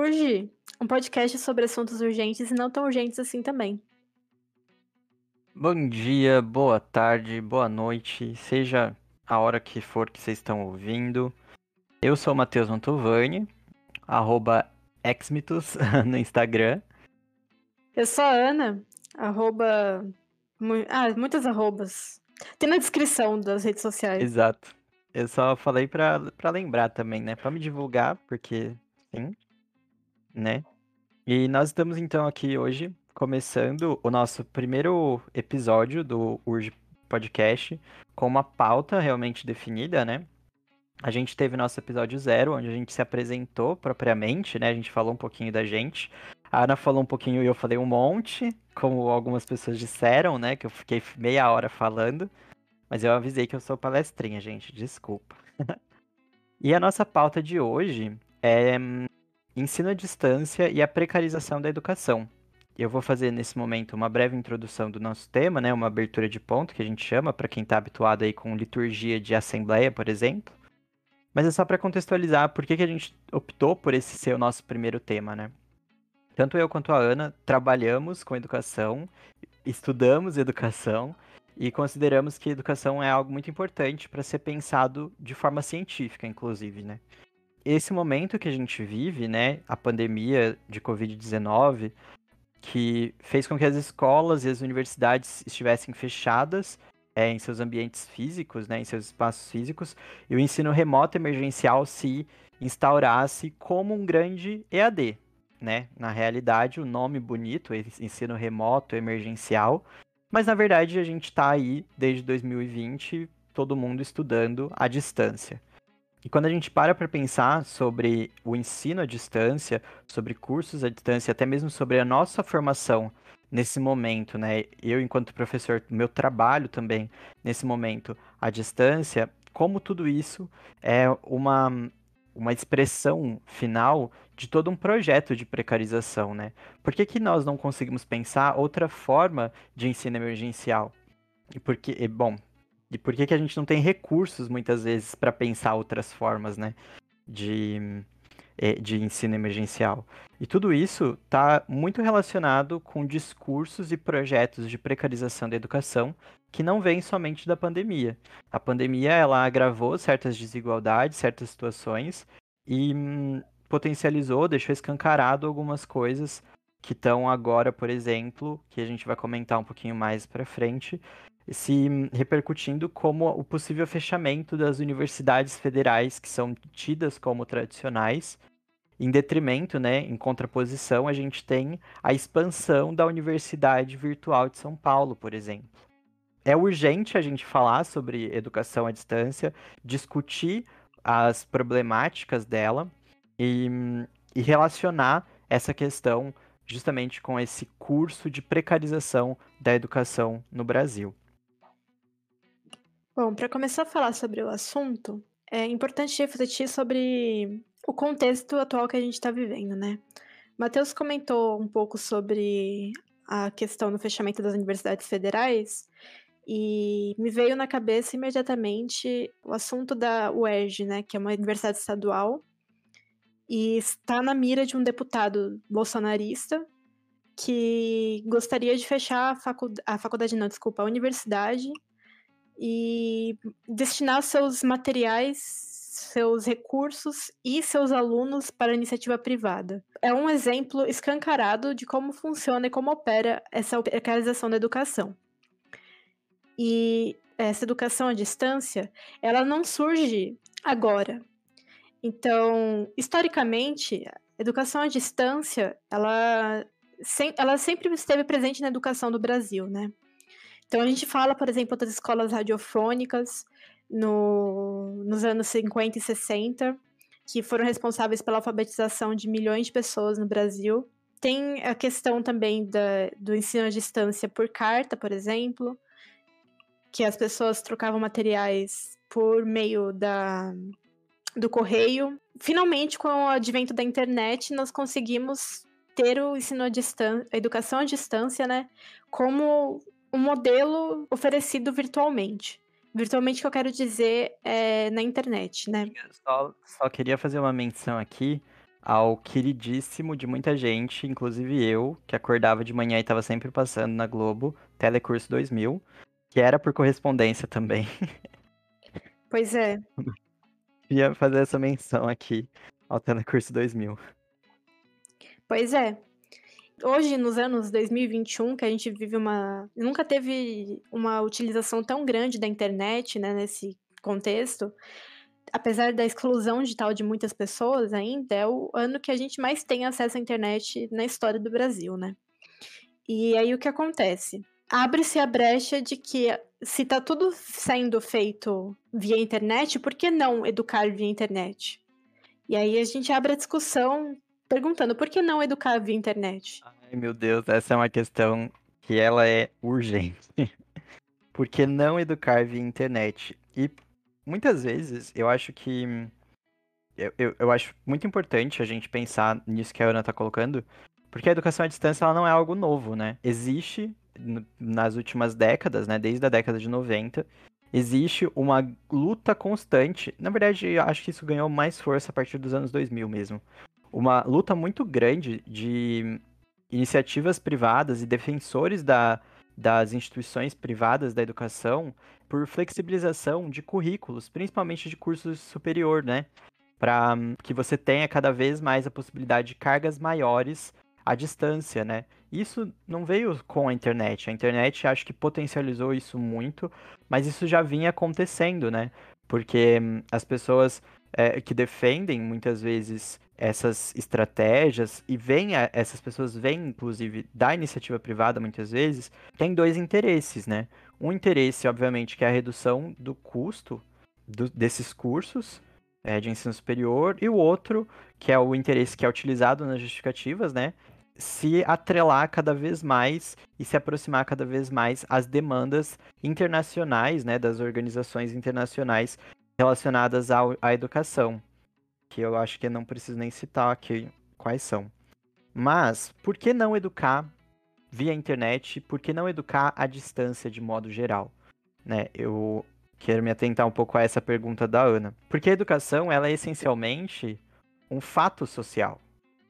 Urge, um podcast sobre assuntos urgentes e não tão urgentes assim também. Bom dia, boa tarde, boa noite, seja a hora que for que vocês estão ouvindo. Eu sou o Matheus Mantovani, arroba Xmitos no Instagram. Eu sou a Ana, arroba... muitas arrobas. Tem na descrição das redes sociais. Exato. Eu só falei pra lembrar também, né? Pra me divulgar, porque sim, né? E nós estamos então aqui hoje começando o nosso primeiro episódio do Urge Podcast com uma pauta realmente definida, né? A gente teve nosso episódio 0, onde a gente se apresentou propriamente, né? A gente falou um pouquinho da gente. A Ana falou um pouquinho e eu falei um monte, como algumas pessoas disseram, né? Que eu fiquei meia hora falando. Mas eu avisei que eu sou palestrinha, gente. Desculpa. E a nossa pauta de hoje é ensino à distância e a precarização da educação. Eu vou fazer nesse momento uma breve introdução do nosso tema, né? Uma abertura de ponto que a gente chama, para quem está habituado aí com liturgia de assembleia, por exemplo. Mas é só para contextualizar por que a gente optou por esse ser o nosso primeiro tema, né? Tanto eu quanto a Ana trabalhamos com educação, estudamos educação e consideramos que educação é algo muito importante para ser pensado de forma científica, inclusive, né? Esse momento que a gente vive, né, a pandemia de Covid-19, que fez com que as escolas e as universidades estivessem fechadas em seus ambientes físicos, né, em seus espaços físicos, e o ensino remoto emergencial se instaurasse como um grande EAD, né? Na realidade, o nome bonito, ensino remoto emergencial, mas na verdade a gente está aí desde 2020, todo mundo estudando à distância. E quando a gente para pensar sobre o ensino à distância, sobre cursos à distância, até mesmo sobre a nossa formação nesse momento, né? Eu, enquanto professor, meu trabalho também nesse momento à distância, como tudo isso é uma expressão final de todo um projeto de precarização, né? Por que nós não conseguimos pensar outra forma de ensino emergencial? E por que a gente não tem recursos, muitas vezes, para pensar outras formas, né, de, de ensino emergencial? E tudo isso está muito relacionado com discursos e projetos de precarização da educação que não vêm somente da pandemia. A pandemia, ela agravou certas desigualdades, certas situações e potencializou, deixou escancarado algumas coisas que estão agora, por exemplo, que a gente vai comentar um pouquinho mais para frente, se repercutindo como o possível fechamento das universidades federais que são tidas como tradicionais, em detrimento, né, em contraposição, a gente tem a expansão da Universidade Virtual de São Paulo, por exemplo. É urgente a gente falar sobre educação à distância, discutir as problemáticas dela e, e relacionar essa questão justamente com esse curso de precarização da educação no Brasil. Bom, para começar a falar sobre o assunto, é importante refletir sobre o contexto atual que a gente está vivendo, né? Matheus comentou um pouco sobre a questão do fechamento das universidades federais e me veio na cabeça imediatamente o assunto da UERJ, né, que é uma universidade estadual e está na mira de um deputado bolsonarista que gostaria de fechar a faculdade, não, desculpa, a universidade e destinar seus materiais, seus recursos e seus alunos para a iniciativa privada. É um exemplo escancarado de como funciona e como opera essa precarização da educação. E essa educação à distância, ela não surge agora. Então, historicamente, a educação à distância, ela sempre esteve presente na educação do Brasil, né? Então, a gente fala, por exemplo, das escolas radiofônicas nos anos 50 e 60, que foram responsáveis pela alfabetização de milhões de pessoas no Brasil. Tem a questão também do ensino à distância por carta, por exemplo, que as pessoas trocavam materiais por meio do correio. Finalmente, com o advento da internet, nós conseguimos ter o ensino à distância, a educação à distância, né, como um modelo oferecido virtualmente. Virtualmente, que eu quero dizer é na internet, né? Só queria fazer uma menção aqui ao queridíssimo de muita gente, inclusive eu, que acordava de manhã e estava sempre passando na Globo, Telecurso 2000, que era por correspondência também. Pois é, Ia fazer essa menção aqui ao Telecurso 2000. pois é. Hoje, nos anos 2021, que a gente vive nunca teve uma utilização tão grande da internet, né, nesse contexto, apesar da exclusão digital de muitas pessoas ainda, é o ano que a gente mais tem acesso à internet na história do Brasil, né. E aí o que acontece? Abre-se a brecha de que se tá tudo sendo feito via internet, por que não educar via internet? E aí a gente abre a discussão perguntando por que não educar via internet? Ai, meu Deus, essa é uma questão que ela é urgente. Por que não educar via internet? E muitas vezes eu acho que. Eu acho muito importante a gente pensar nisso que a Ana está colocando, porque a educação à distância ela não é algo novo, né? Existe nas últimas décadas, né? Desde a década de 90, existe uma luta constante. Na verdade, eu acho que isso ganhou mais força a partir dos anos 2000 mesmo. Uma luta muito grande de iniciativas privadas e defensores das instituições privadas da educação por flexibilização de currículos, principalmente de curso superior, né? Para que você tenha cada vez mais a possibilidade de cargas maiores à distância, né? Isso não veio com a internet. A internet acho que potencializou isso muito, mas isso já vinha acontecendo, né? Porque as pessoas que defendem muitas vezes essas estratégias e essas pessoas vêm, inclusive, da iniciativa privada muitas vezes, tem dois interesses, né? Um interesse, obviamente, que é a redução do custo desses cursos de ensino superior, e o outro, que é o interesse que é utilizado nas justificativas, né? Se atrelar cada vez mais e se aproximar cada vez mais às demandas internacionais, né, das organizações internacionais relacionadas à educação, que eu acho que eu não preciso nem citar aqui quais são. Mas, por que não educar via internet? Por que não educar à distância de modo geral? Né? Eu quero me atentar um pouco a essa pergunta da Ana. Porque a educação, ela é essencialmente um fato social.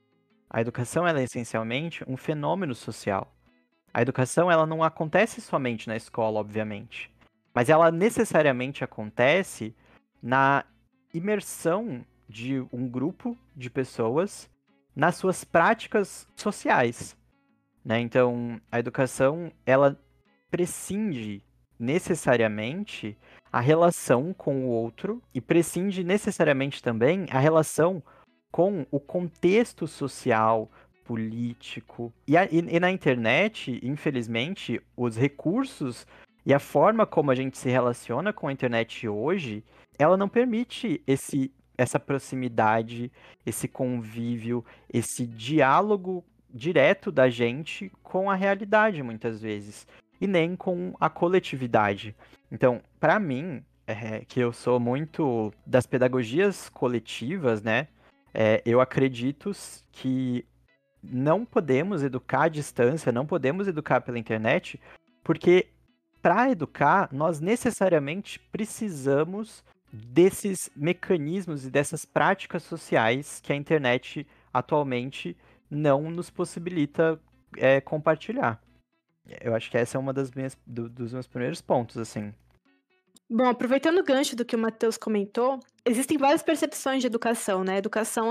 A educação, ela é essencialmente um fenômeno social. A educação, ela não acontece somente na escola, obviamente, mas ela necessariamente acontece na imersão de um grupo de pessoas nas suas práticas sociais, né? Então, a educação, ela prescinde necessariamente a relação com o outro e prescinde necessariamente também a relação com o contexto social, político. E na internet, infelizmente, os recursos e a forma como a gente se relaciona com a internet hoje, ela não permite essa proximidade, esse convívio, esse diálogo direto da gente com a realidade, muitas vezes, e nem com a coletividade. Então, para mim, que eu sou muito das pedagogias coletivas, né? Eu acredito que não podemos educar à distância, não podemos educar pela internet, porque para educar, nós necessariamente precisamos desses mecanismos e dessas práticas sociais que a internet atualmente não nos possibilita compartilhar. Eu acho que essa é uma dos meus primeiros pontos, assim. Bom, aproveitando o gancho do que o Matheus comentou, existem várias percepções de educação, né? A educação,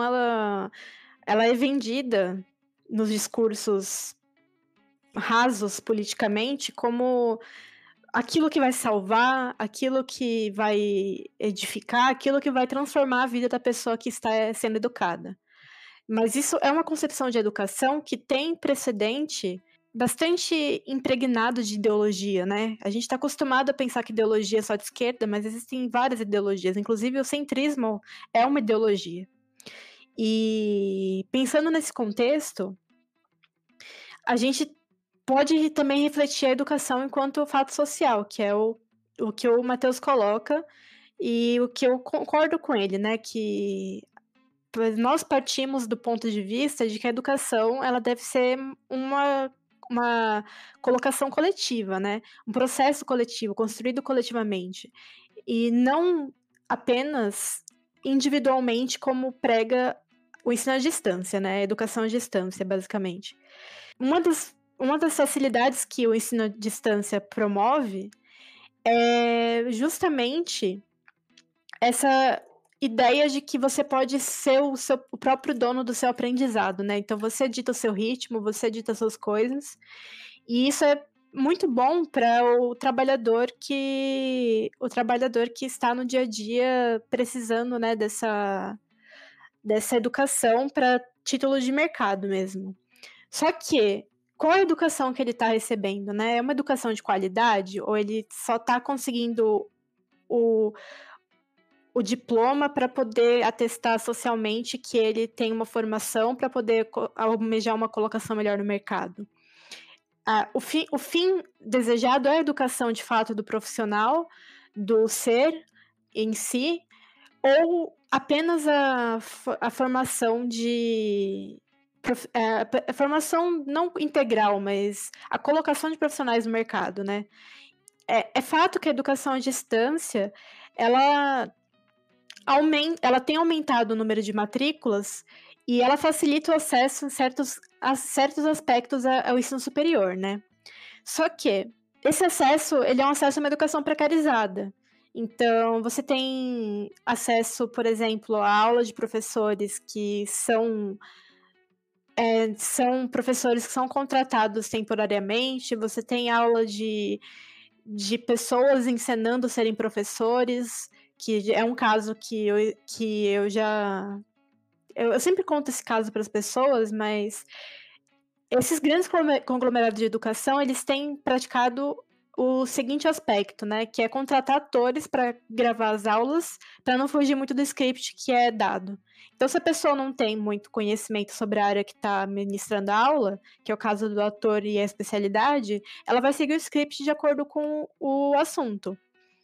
ela é vendida nos discursos rasos politicamente como aquilo que vai salvar, aquilo que vai edificar, aquilo que vai transformar a vida da pessoa que está sendo educada. Mas isso é uma concepção de educação que tem precedente bastante impregnado de ideologia, né? A gente está acostumado a pensar que ideologia é só de esquerda, mas existem várias ideologias, inclusive o centrismo é uma ideologia. E pensando nesse contexto, a gente pode também refletir a educação enquanto fato social, que é o que o Matheus coloca e o que eu concordo com ele, né? Que nós partimos do ponto de vista de que a educação ela deve ser uma colocação coletiva, né? Um processo coletivo, construído coletivamente. E não apenas individualmente, como prega o ensino à distância, né? A educação à distância, basicamente. Uma das facilidades que o ensino à distância promove é justamente essa ideia de que você pode ser o próprio dono do seu aprendizado, né? Então você dita o seu ritmo, você dita as suas coisas, e isso é muito bom para o trabalhador que está no dia a dia precisando, né, dessa educação para título de mercado mesmo. Só que qual a educação que ele está recebendo, né? É uma educação de qualidade ou ele só está conseguindo o diploma para poder atestar socialmente que ele tem uma formação para poder almejar uma colocação melhor no mercado? O fim desejado é a educação de fato do profissional, do ser em si, ou apenas a formação a formação não integral, mas a colocação de profissionais no mercado, né? É fato que a educação à distância, ela ela tem aumentado o número de matrículas e ela facilita o acesso a certos aspectos ao ensino superior, né? Só que esse acesso, ele é um acesso a uma educação precarizada. Então, você tem acesso, por exemplo, a aula de professores que são professores que são contratados temporariamente, você tem aula de pessoas encenando serem professores, que é um caso que eu já. Eu sempre conto esse caso para as pessoas, mas esses grandes conglomerados de educação, eles têm praticado o seguinte aspecto, né? Que é contratar atores para gravar as aulas, para não fugir muito do script que é dado. Então, se a pessoa não tem muito conhecimento sobre a área que está ministrando a aula, que é o caso do ator e a especialidade, ela vai seguir o script de acordo com o assunto.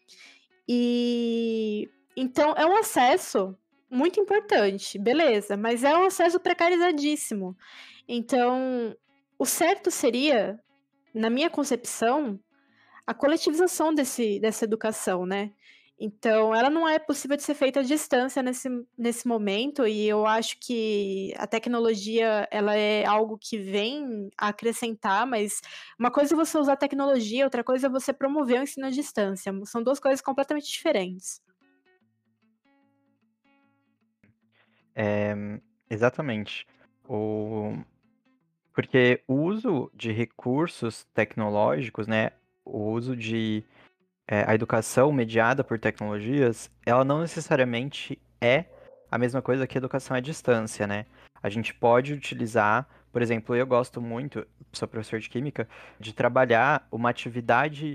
E então é um acesso muito importante, beleza, mas é um acesso precarizadíssimo. Então, o certo seria, na minha concepção, a coletivização dessa educação, né? Então, ela não é possível de ser feita à distância nesse momento, e eu acho que a tecnologia ela é algo que vem a acrescentar, mas uma coisa é você usar a tecnologia, outra coisa é você promover o ensino à distância. São duas coisas completamente diferentes. É, exatamente. Porque o uso de recursos tecnológicos, né, o uso de a educação mediada por tecnologias, ela não necessariamente é a mesma coisa que a educação à distância, né? A gente pode utilizar, por exemplo, eu gosto muito, sou professor de química, de trabalhar uma atividade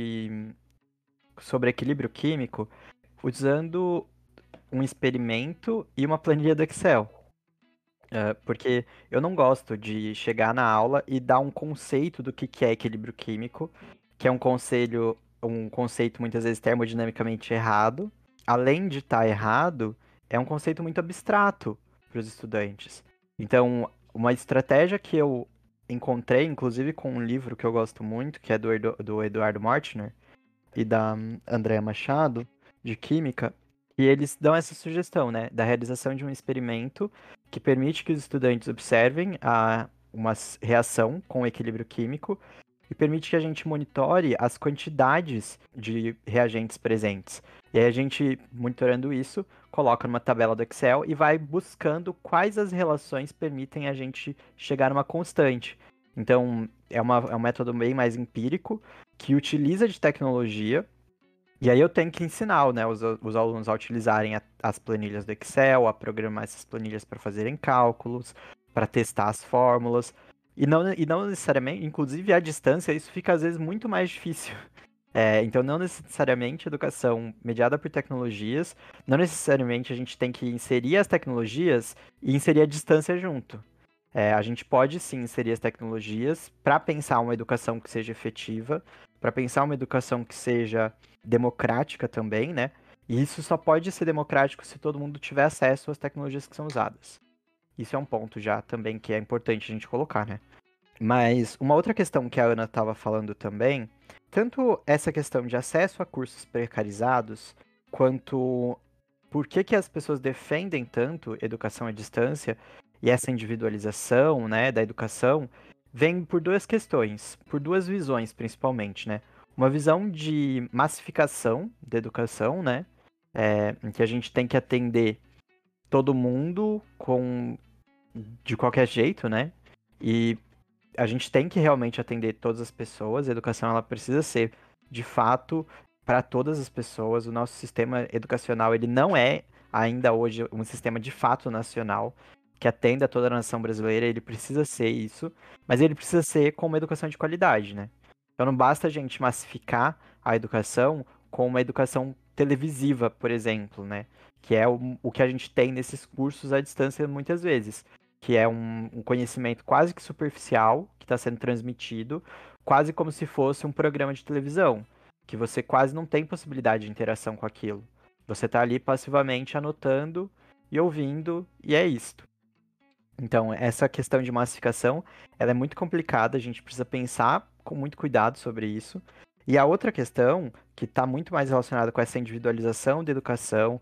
sobre equilíbrio químico usando um experimento e uma planilha do Excel. Porque eu não gosto de chegar na aula e dar um conceito do que é equilíbrio químico, que é um conceito muitas vezes termodinamicamente errado. Além de estar errado, é um conceito muito abstrato para os estudantes. Então, uma estratégia que eu encontrei, inclusive com um livro que eu gosto muito, que é do Eduardo Mortner e da Andréa Machado, de Química, e eles dão essa sugestão, né, da realização de um experimento que permite que os estudantes observem uma reação com o equilíbrio químico e permite que a gente monitore as quantidades de reagentes presentes. E aí a gente, monitorando isso, coloca numa tabela do Excel e vai buscando quais as relações permitem a gente chegar numa constante. Então, é um método bem mais empírico, que utiliza de tecnologia. E aí eu tenho que ensinar, né, os alunos a utilizarem as planilhas do Excel, a programar essas planilhas para fazerem cálculos, para testar as fórmulas. E não necessariamente, inclusive à distância, isso fica às vezes muito mais difícil. Então, não necessariamente educação mediada por tecnologias, não necessariamente a gente tem que inserir as tecnologias e inserir a distância junto. A gente pode sim inserir as tecnologias para pensar uma educação que seja efetiva, para pensar uma educação que seja democrática também, né? E isso só pode ser democrático se todo mundo tiver acesso às tecnologias que são usadas. Isso é um ponto já também que é importante a gente colocar, né? Mas uma outra questão que a Ana estava falando também, tanto essa questão de acesso a cursos precarizados, quanto por que que as pessoas defendem tanto educação à distância e essa individualização, né, da educação, vem por duas questões, por duas visões principalmente, né? Uma visão de massificação da educação, né, em que a gente tem que atender todo mundo de qualquer jeito, né? E a gente tem que realmente atender todas as pessoas. A educação ela precisa ser, de fato, para todas as pessoas. O nosso sistema educacional ele não é ainda hoje um sistema de fato nacional que atenda a toda a nação brasileira. Ele precisa ser isso, mas ele precisa ser com uma educação de qualidade, né? Então não basta a gente massificar a educação com uma educação televisiva, por exemplo, né? Que é o que a gente tem nesses cursos à distância muitas vezes, que é um conhecimento quase que superficial que está sendo transmitido, quase como se fosse um programa de televisão, que você quase não tem possibilidade de interação com aquilo. Você está ali passivamente anotando e ouvindo, e é isto. Então, essa questão de massificação, ela é muito complicada, a gente precisa pensar com muito cuidado sobre isso. E a outra questão, que está muito mais relacionada com essa individualização da educação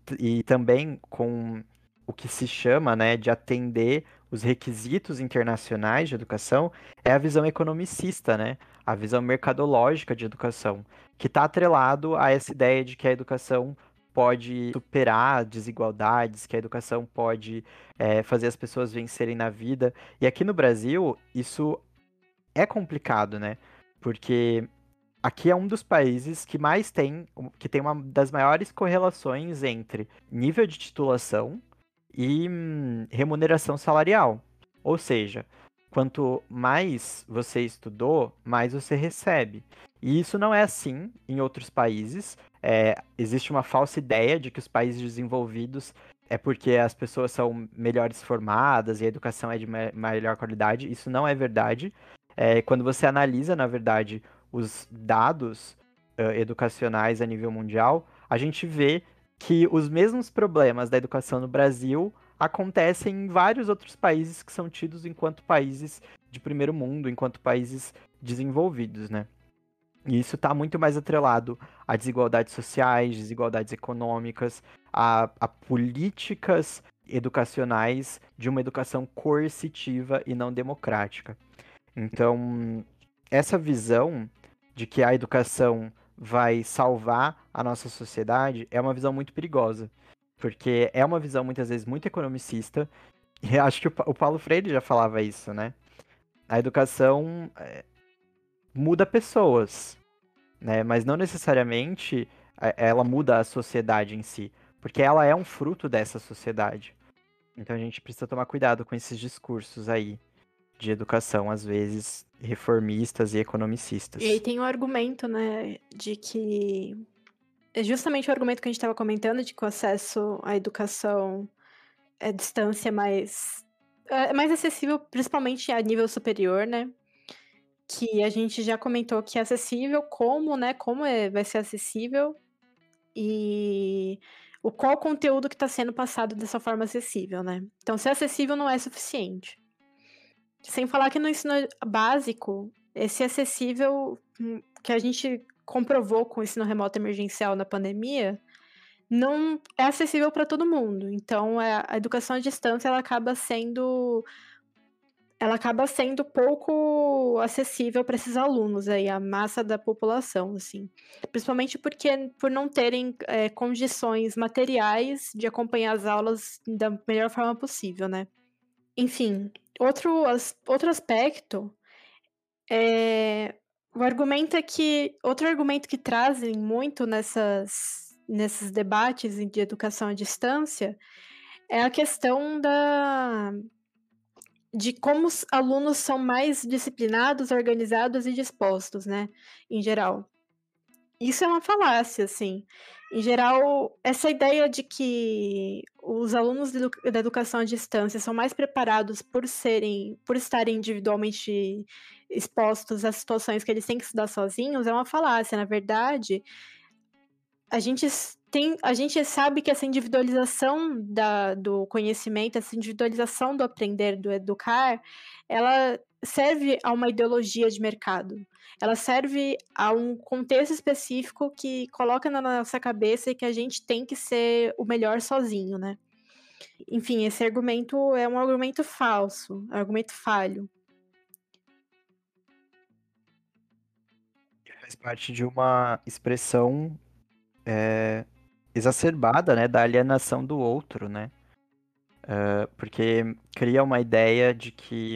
e também com o que se chama, né, de atender os requisitos internacionais de educação, é a visão economicista, né, a visão mercadológica de educação, que está atrelado a essa ideia de que a educação pode superar desigualdades, que a educação pode fazer as pessoas vencerem na vida. E aqui no Brasil, isso é complicado, né? Porque aqui é um dos países que mais tem, que tem uma das maiores correlações entre nível de titulação e remuneração salarial. Ou seja, quanto mais você estudou, mais você recebe. E isso não é assim em outros países. Existe uma falsa ideia de que os países desenvolvidos é porque as pessoas são melhores formadas e a educação é de melhor qualidade. Isso não é verdade. Quando você analisa, na verdade, os dados educacionais a nível mundial, a gente vê que os mesmos problemas da educação no Brasil acontecem em vários outros países que são tidos enquanto países de primeiro mundo, enquanto países desenvolvidos, né? E isso está muito mais atrelado a desigualdades sociais, desigualdades econômicas, a políticas educacionais de uma educação coercitiva e não democrática. Então, essa visão de que a educação vai salvar a nossa sociedade é uma visão muito perigosa, porque é uma visão muitas vezes muito economicista, e acho que o Paulo Freire já falava isso, né? A educação muda pessoas, né? Mas não necessariamente ela muda a sociedade em si, porque ela é um fruto dessa sociedade. Então a gente precisa tomar cuidado com esses discursos aí de educação, às vezes reformistas e economicistas. E aí tem o argumento, né, de que é justamente o argumento que a gente estava comentando, de que o acesso à educação à distância é mais acessível, principalmente a nível superior, né? Que a gente já comentou que é acessível, como, né? Vai ser acessível e qual conteúdo que está sendo passado dessa forma acessível, né? Então, ser acessível não é suficiente. Sem falar que no ensino básico, esse acessível que a gente comprovou com o ensino remoto emergencial na pandemia, não é acessível para todo mundo. Então, a educação à distância ela acaba sendo pouco acessível para esses alunos aí, a massa da população, assim. Principalmente por não terem condições materiais de acompanhar as aulas da melhor forma possível, né? Enfim, outro aspecto o argumento é que outro argumento que trazem muito nesses debates de educação à distância é a questão de como os alunos são mais disciplinados, organizados e dispostos, né, em geral. Isso é uma falácia, assim. Em geral, essa ideia de que os alunos da educação à distância são mais preparados por estarem individualmente expostos a situações que eles têm que estudar sozinhos é uma falácia. Na verdade, a gente sabe que essa individualização do conhecimento, essa individualização do aprender, do educar, ela serve a uma ideologia de mercado. Ela serve a um contexto específico que coloca na nossa cabeça que a gente tem que ser o melhor sozinho, né. Enfim, esse argumento é um argumento falso, é um argumento falho. Faz parte de uma expressão exacerbada, né, da alienação do outro, né? Porque cria uma ideia de que,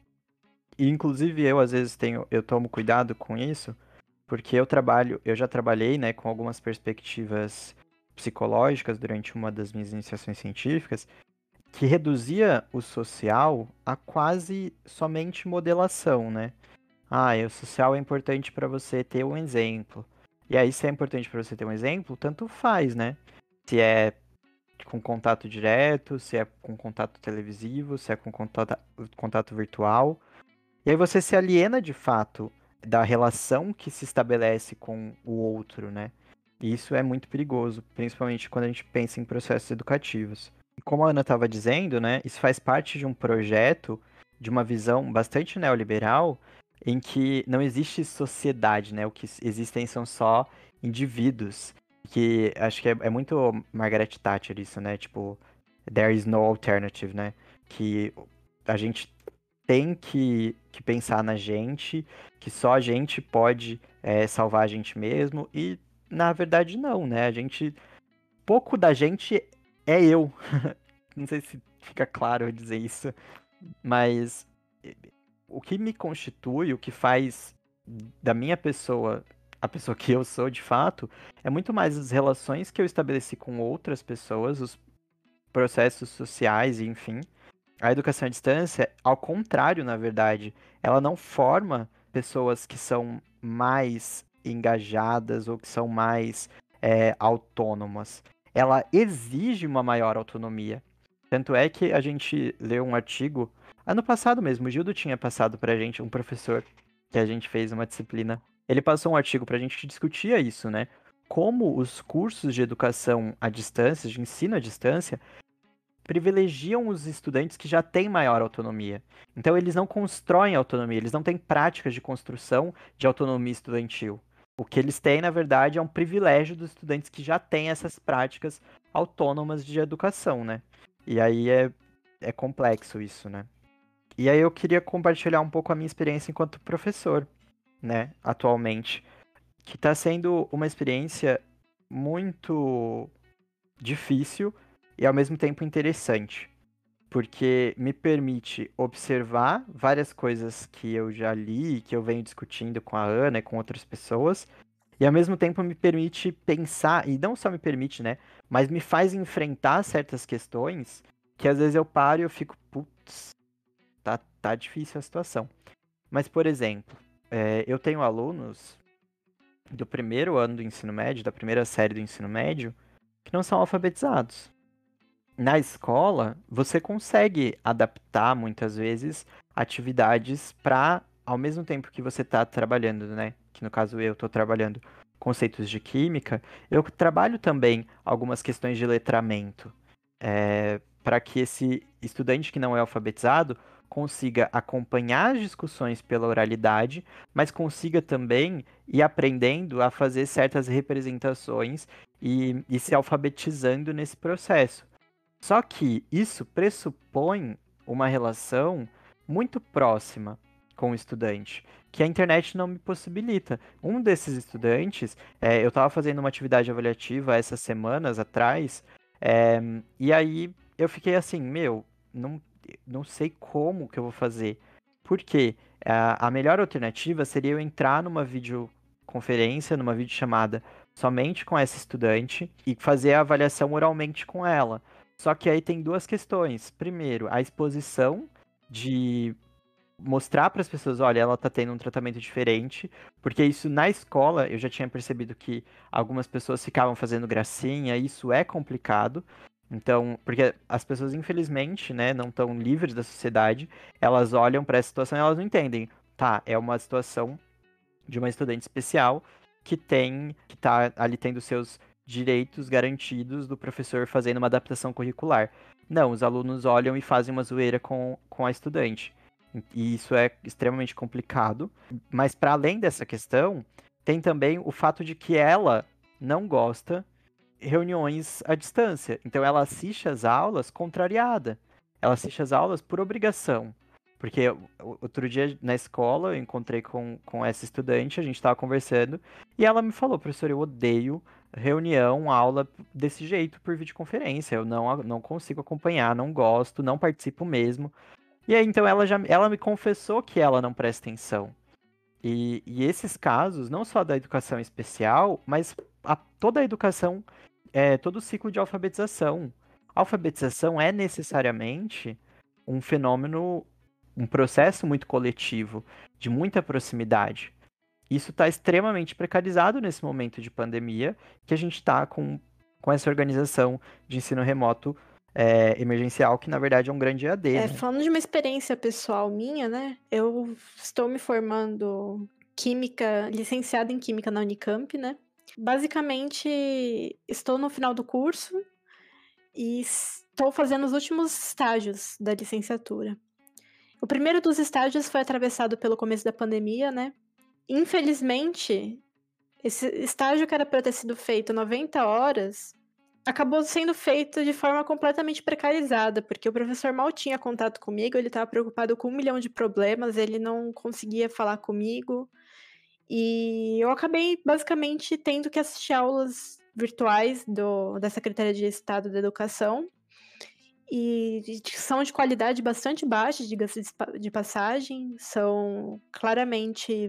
e inclusive eu às vezes eu tomo cuidado com isso, porque eu já trabalhei, né, com algumas perspectivas psicológicas durante uma das minhas iniciações científicas, que reduzia o social a quase somente modelação, né? Ah, e o social é importante para você ter um exemplo. E aí, se é importante para você ter um exemplo, tanto faz, né? Se é com contato direto, se é com contato televisivo, se é com contato virtual. E aí você se aliena de fato da relação que se estabelece com o outro, né? E isso é muito perigoso, principalmente quando a gente pensa em processos educativos. E como a Ana estava dizendo, né, isso faz parte de um projeto, de uma visão bastante neoliberal, em que não existe sociedade, né? O que existem são só indivíduos. Que acho que é muito Margaret Thatcher isso, né? Tipo, there is no alternative, né? Que a gente tem que pensar na gente, que só a gente pode salvar a gente mesmo, e na verdade não, né? Pouco da gente é eu. Não sei se fica claro eu dizer isso, mas o que me constitui, o que faz da minha pessoa a pessoa que eu sou de fato, é muito mais as relações que eu estabeleci com outras pessoas, os processos sociais e enfim. A educação à distância, ao contrário, na verdade, ela não forma pessoas que são mais engajadas ou que são mais autônomas. Ela exige uma maior autonomia. Tanto é que a gente leu um artigo, ano passado mesmo, o Gildo tinha passado pra gente, um professor que a gente fez uma disciplina, ele passou um artigo pra gente que discutia isso, né? Como os cursos de educação à distância, de ensino à distância, privilegiam os estudantes que já têm maior autonomia. Então, eles não constroem autonomia, eles não têm práticas de construção de autonomia estudantil. O que eles têm, na verdade, é um privilégio dos estudantes que já têm essas práticas autônomas de educação, né? E aí é complexo isso, né? E aí eu queria compartilhar um pouco a minha experiência enquanto professor, né, atualmente, que está sendo uma experiência muito difícil e ao mesmo tempo interessante, porque me permite observar várias coisas que eu já li, que eu venho discutindo com a Ana e com outras pessoas, e ao mesmo tempo me permite pensar, e não só me permite, né, mas me faz enfrentar certas questões que às vezes eu paro e eu fico, putz, tá difícil a situação. Mas, por exemplo, eu tenho alunos do primeiro ano do ensino médio, da primeira série do ensino médio, que não são alfabetizados. Na escola, você consegue adaptar muitas vezes atividades para, ao mesmo tempo que você está trabalhando, né? Que no caso eu estou trabalhando conceitos de química, eu trabalho também algumas questões de letramento, para que esse estudante que não é alfabetizado consiga acompanhar as discussões pela oralidade, mas consiga também ir aprendendo a fazer certas representações e se alfabetizando nesse processo. Só que isso pressupõe uma relação muito próxima com o estudante, que a internet não me possibilita. Um desses estudantes, eu estava fazendo uma atividade avaliativa essas semanas atrás, e aí eu fiquei assim, meu, não sei como que eu vou fazer. Porque a melhor alternativa seria eu entrar numa videoconferência, numa videochamada, somente com essa estudante e fazer a avaliação oralmente com ela. Só que aí tem duas questões. Primeiro, a exposição de mostrar para as pessoas, olha, ela tá tendo um tratamento diferente, porque isso na escola eu já tinha percebido que algumas pessoas ficavam fazendo gracinha, e isso é complicado. Então, porque as pessoas infelizmente, né, não estão livres da sociedade, elas olham para essa situação e elas não entendem. Tá, é uma situação de uma estudante especial que tá ali tendo seus direitos garantidos do professor fazendo uma adaptação curricular. Não, os alunos olham e fazem uma zoeira com a estudante. E isso é extremamente complicado. Mas para além dessa questão, tem também o fato de que ela não gosta reuniões à distância. Então ela assiste às aulas contrariada. Ela assiste às aulas por obrigação. Porque outro dia na escola eu encontrei com essa estudante, a gente estava conversando, e ela me falou, professor, eu odeio reunião, aula desse jeito por videoconferência. Eu não consigo acompanhar, não gosto, não participo mesmo. E aí, então, ela me confessou que ela não presta atenção. E esses casos, não só da educação especial, mas toda a educação, todo o ciclo de alfabetização. Alfabetização é necessariamente um fenômeno, um processo muito coletivo, de muita proximidade. Isso está extremamente precarizado nesse momento de pandemia, que a gente está com essa organização de ensino remoto emergencial, que na verdade é um grande EAD, né? Falando de uma experiência pessoal minha, né? Eu estou me formando licenciada em Química na Unicamp, né? Basicamente, estou no final do curso e estou fazendo os últimos estágios da licenciatura. O primeiro dos estágios foi atravessado pelo começo da pandemia, né? Infelizmente, esse estágio que era para ter sido feito 90 horas acabou sendo feito de forma completamente precarizada, porque o professor mal tinha contato comigo, ele estava preocupado com 1 milhão de problemas, ele não conseguia falar comigo. E eu acabei basicamente tendo que assistir aulas virtuais da Secretaria de Estado da Educação. E são de qualidade bastante baixa, diga-se de passagem, são claramente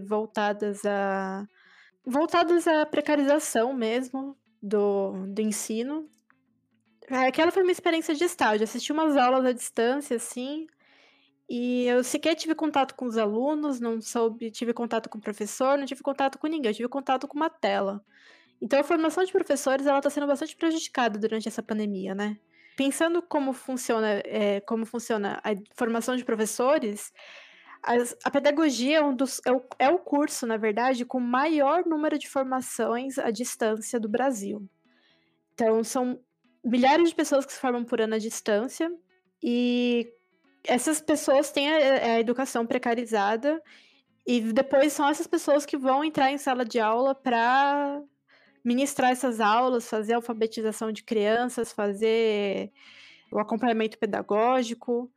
voltadas à precarização mesmo do ensino. Aquela foi uma experiência de estágio, assisti umas aulas à distância, assim, e eu sequer tive contato com os alunos, tive contato com o professor, não tive contato com ninguém, eu tive contato com uma tela. Então a formação de professores, ela está sendo bastante prejudicada durante essa pandemia, né? Pensando como funciona a formação de professores, a pedagogia é o curso, na verdade, com maior número de formações à distância do Brasil. Então, são milhares de pessoas que se formam por ano à distância, e essas pessoas têm a educação precarizada, e depois são essas pessoas que vão entrar em sala de aula para ministrar essas aulas, fazer a alfabetização de crianças, fazer o acompanhamento pedagógico.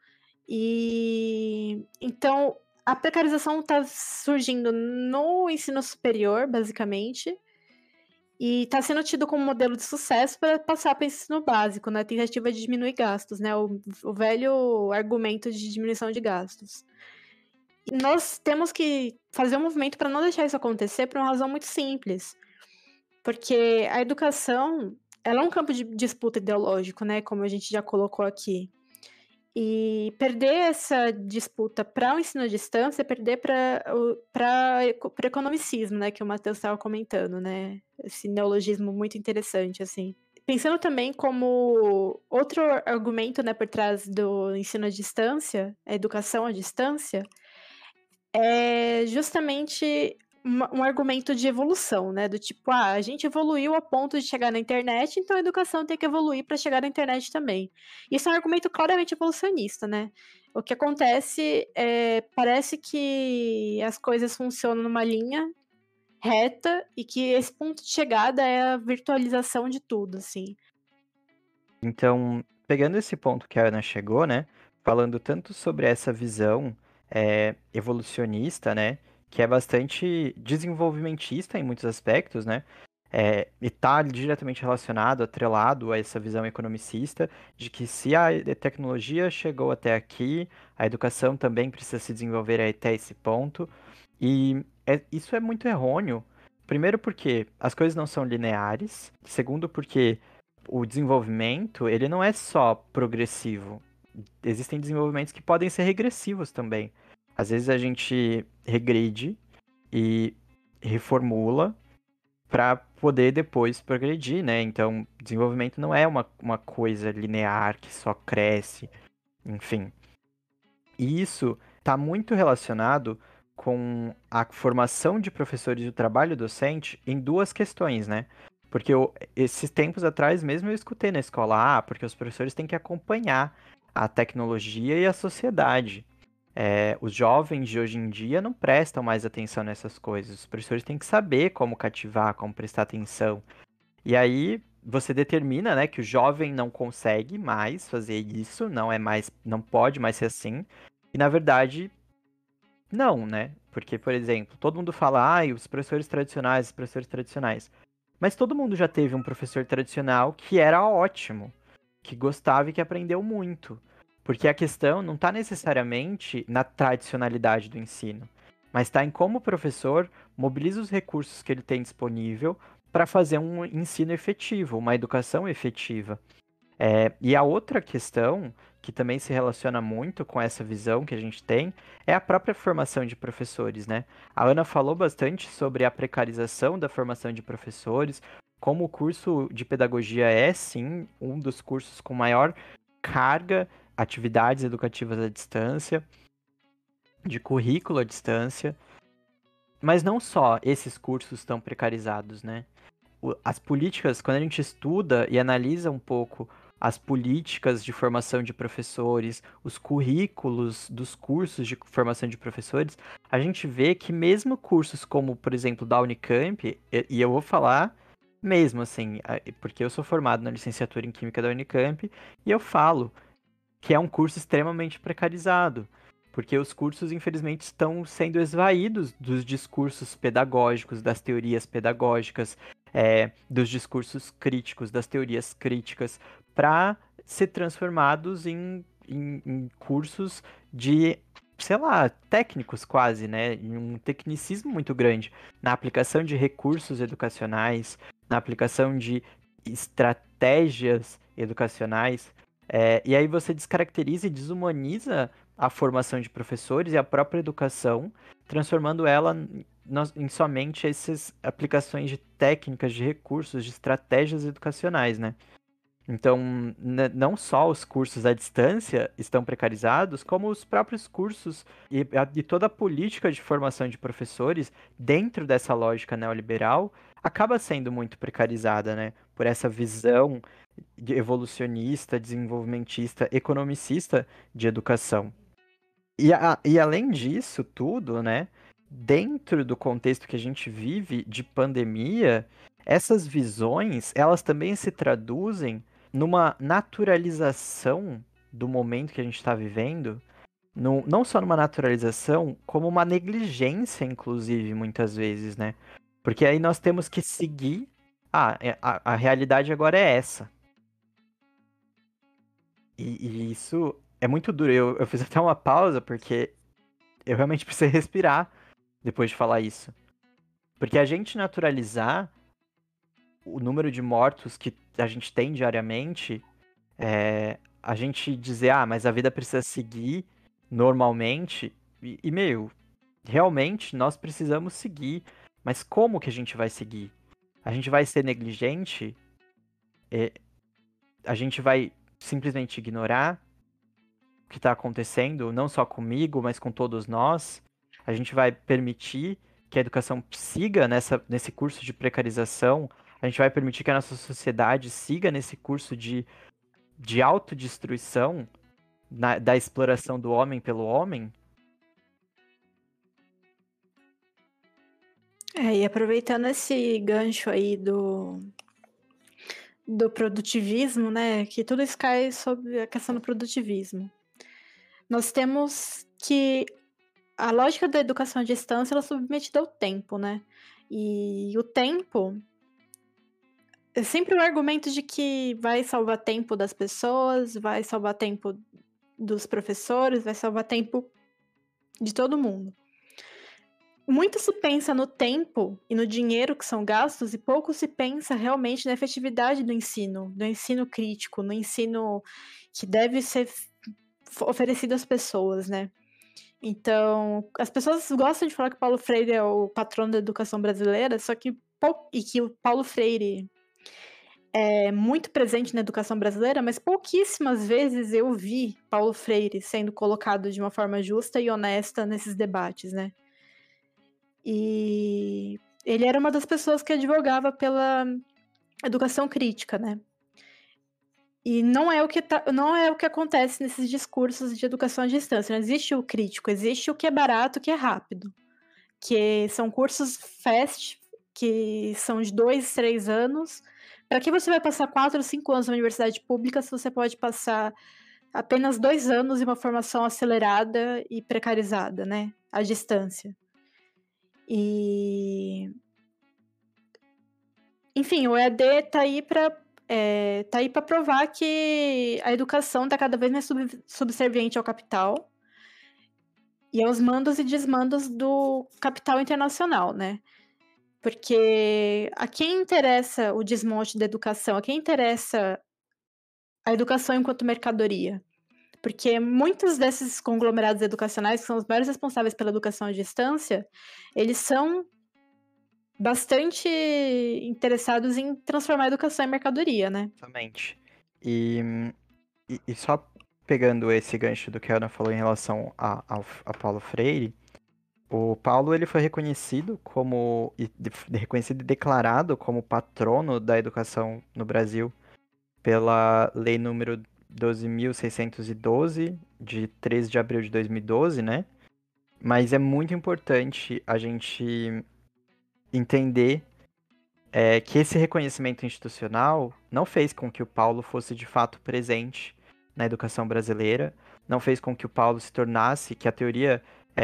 E então a precarização está surgindo no ensino superior, basicamente, e está sendo tido como modelo de sucesso para passar para o ensino básico, na tentativa de diminuir gastos, né? O velho argumento de diminuição de gastos. E nós temos que fazer um movimento para não deixar isso acontecer por uma razão muito simples. Porque a educação, ela é um campo de disputa ideológico, né? Como a gente já colocou aqui. E perder essa disputa para o ensino à distância é perder para o economicismo, né? Que o Matheus estava comentando, né? Esse neologismo muito interessante, assim. Pensando também como outro argumento, né, por trás do ensino à distância, a educação à distância, é justamente um argumento de evolução, né? Do tipo, a gente evoluiu a ponto de chegar na internet, então a educação tem que evoluir para chegar na internet também. Isso é um argumento claramente evolucionista, né? O que acontece parece que as coisas funcionam numa linha reta e que esse ponto de chegada é a virtualização de tudo, assim. Então, pegando esse ponto que a Ana chegou, né? Falando tanto sobre essa visão evolucionista, né? Que é bastante desenvolvimentista em muitos aspectos, né? E está diretamente relacionado, atrelado a essa visão economicista, de que se a tecnologia chegou até aqui, a educação também precisa se desenvolver até esse ponto. E isso é muito errôneo. Primeiro porque as coisas não são lineares. Segundo porque o desenvolvimento, ele não é só progressivo. Existem desenvolvimentos que podem ser regressivos também. Às vezes a gente regride e reformula para poder depois progredir, né? Então, desenvolvimento não é uma coisa linear que só cresce, enfim. E isso está muito relacionado com a formação de professores e o trabalho docente em duas questões, né? Porque esses tempos atrás mesmo eu escutei na escola, porque os professores têm que acompanhar a tecnologia e a sociedade. Os jovens de hoje em dia não prestam mais atenção nessas coisas. Os professores têm que saber como cativar, como prestar atenção. E aí você determina, né, que o jovem não consegue mais fazer isso, não pode mais ser assim. E na verdade, não, né? Porque, por exemplo, todo mundo fala, os professores tradicionais, os professores tradicionais. Mas todo mundo já teve um professor tradicional que era ótimo, que gostava e que aprendeu muito. Porque a questão não está necessariamente na tradicionalidade do ensino, mas está em como o professor mobiliza os recursos que ele tem disponível para fazer um ensino efetivo, uma educação efetiva. E a outra questão, que também se relaciona muito com essa visão que a gente tem, é a própria formação de professores, né? A Ana falou bastante sobre a precarização da formação de professores, como o curso de pedagogia é, sim, um dos cursos com maior carga, atividades educativas à distância, de currículo à distância, mas não só esses cursos estão precarizados, né? As políticas, quando a gente estuda e analisa um pouco as políticas de formação de professores, os currículos dos cursos de formação de professores, a gente vê que mesmo cursos como, por exemplo, da Unicamp, e eu vou falar mesmo assim, porque eu sou formado na licenciatura em Química da Unicamp, e eu falo que é um curso extremamente precarizado, porque os cursos, infelizmente, estão sendo esvaídos dos discursos pedagógicos, das teorias pedagógicas, dos discursos críticos, das teorias críticas, para ser transformados em cursos de, sei lá, técnicos quase, né? Em um tecnicismo muito grande na aplicação de recursos educacionais, na aplicação de estratégias educacionais. E aí você descaracteriza e desumaniza a formação de professores e a própria educação, transformando ela em somente essas aplicações de técnicas, de recursos, de estratégias educacionais, né? Então, não só os cursos à distância estão precarizados, como os próprios cursos e toda a política de formação de professores dentro dessa lógica neoliberal acaba sendo muito precarizada, né? Por essa visão evolucionista, desenvolvimentista, economicista de educação. E além disso tudo, né, dentro do contexto que a gente vive de pandemia, essas visões, elas também se traduzem numa naturalização do momento que a gente está vivendo, não só numa naturalização, como uma negligência, inclusive, muitas vezes, né? Porque aí nós temos que seguir. A realidade agora é essa. E isso é muito duro. Eu fiz até uma pausa porque eu realmente precisei respirar depois de falar isso. Porque a gente naturalizar o número de mortos que a gente tem diariamente, a gente dizer, mas a vida precisa seguir normalmente. Meu, realmente nós precisamos seguir. Mas como que a gente vai seguir? A gente vai ser negligente? É, a gente vai simplesmente ignorar o que está acontecendo, não só comigo, mas com todos nós. A gente vai permitir que a educação siga nesse curso de precarização. A gente vai permitir que a nossa sociedade siga nesse curso de autodestruição, da exploração do homem pelo homem. E aproveitando esse gancho aí do produtivismo, né? Que tudo isso cai sobre a questão do produtivismo. Nós temos que a lógica da educação à distância ela é submetida ao tempo, né? E o tempo é sempre o argumento de que vai salvar tempo das pessoas, vai salvar tempo dos professores, vai salvar tempo de todo mundo. Muito se pensa no tempo e no dinheiro que são gastos e pouco se pensa realmente na efetividade do ensino crítico, no ensino que deve ser oferecido às pessoas, né? Então, as pessoas gostam de falar que Paulo Freire é o patrono da educação brasileira, só que e que o Paulo Freire é muito presente na educação brasileira, mas pouquíssimas vezes eu vi Paulo Freire sendo colocado de uma forma justa e honesta nesses debates, né? E ele era uma das pessoas que advogava pela educação crítica, né? E não é o que acontece nesses discursos de educação à distância. Não existe o crítico, existe o que é barato, o que é rápido. Que são cursos fast, que são de 2, 3 anos. Para que você vai passar 4 ou 5 anos na universidade pública se você pode passar apenas 2 anos em uma formação acelerada e precarizada, né? À distância. E enfim, o EAD tá aí para provar que a educação está cada vez mais subserviente ao capital e aos mandos e desmandos do capital internacional, né? Porque a quem interessa o desmonte da educação? A quem interessa a educação enquanto mercadoria? Porque muitos desses conglomerados educacionais, que são os maiores responsáveis pela educação à distância, eles são bastante interessados em transformar a educação em mercadoria, né? Exatamente. E, e só pegando esse gancho do que a Ana falou em relação a Paulo Freire, o Paulo ele foi reconhecido reconhecido e declarado como patrono da educação no Brasil pela Lei número 12.612, de 13 de abril de 2012, né? Mas é muito importante a gente entender que esse reconhecimento institucional não fez com que o Paulo fosse de fato presente na educação brasileira, não fez com que o Paulo se tornasse, que a teoria.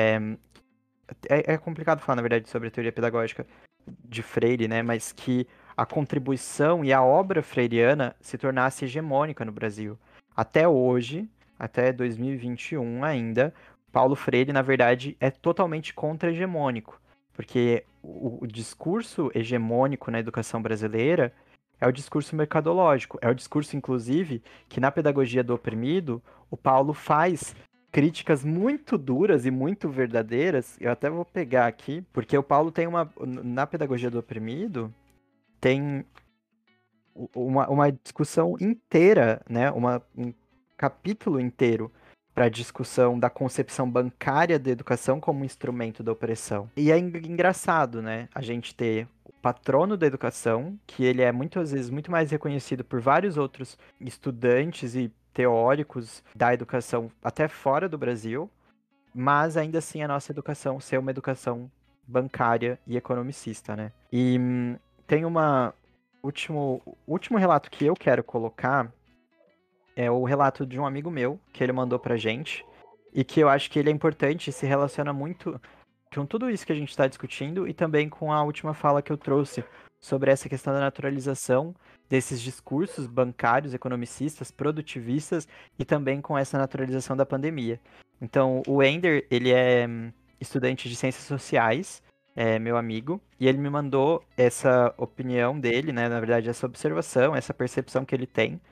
É complicado falar, na verdade, sobre a teoria pedagógica de Freire, né? Mas que a contribuição e a obra freiriana se tornasse hegemônica no Brasil. Até hoje, até 2021 ainda, Paulo Freire, na verdade, é totalmente contra-hegemônico. Porque o discurso hegemônico na educação brasileira é o discurso mercadológico. É o discurso, inclusive, que na pedagogia do oprimido, o Paulo faz críticas muito duras e muito verdadeiras. Eu até vou pegar aqui, porque o Paulo tem na pedagogia do oprimido, tem uma discussão inteira, né? Um capítulo inteiro para discussão da concepção bancária da educação como instrumento da opressão. E é engraçado, né? A gente ter o patrono da educação, que ele é muitas vezes muito mais reconhecido por vários outros estudantes e teóricos da educação até fora do Brasil, mas ainda assim a nossa educação ser uma educação bancária e economicista, né? E tem último relato que eu quero colocar é o relato de um amigo meu que ele mandou pra gente e que eu acho que ele é importante e se relaciona muito com tudo isso que a gente está discutindo e também com a última fala que eu trouxe sobre essa questão da naturalização desses discursos bancários, economicistas, produtivistas e também com essa naturalização da pandemia. Então, o Ender, ele é estudante de ciências sociais, é meu amigo, e ele me mandou essa opinião dele, né, na verdade, essa observação, essa percepção que ele tem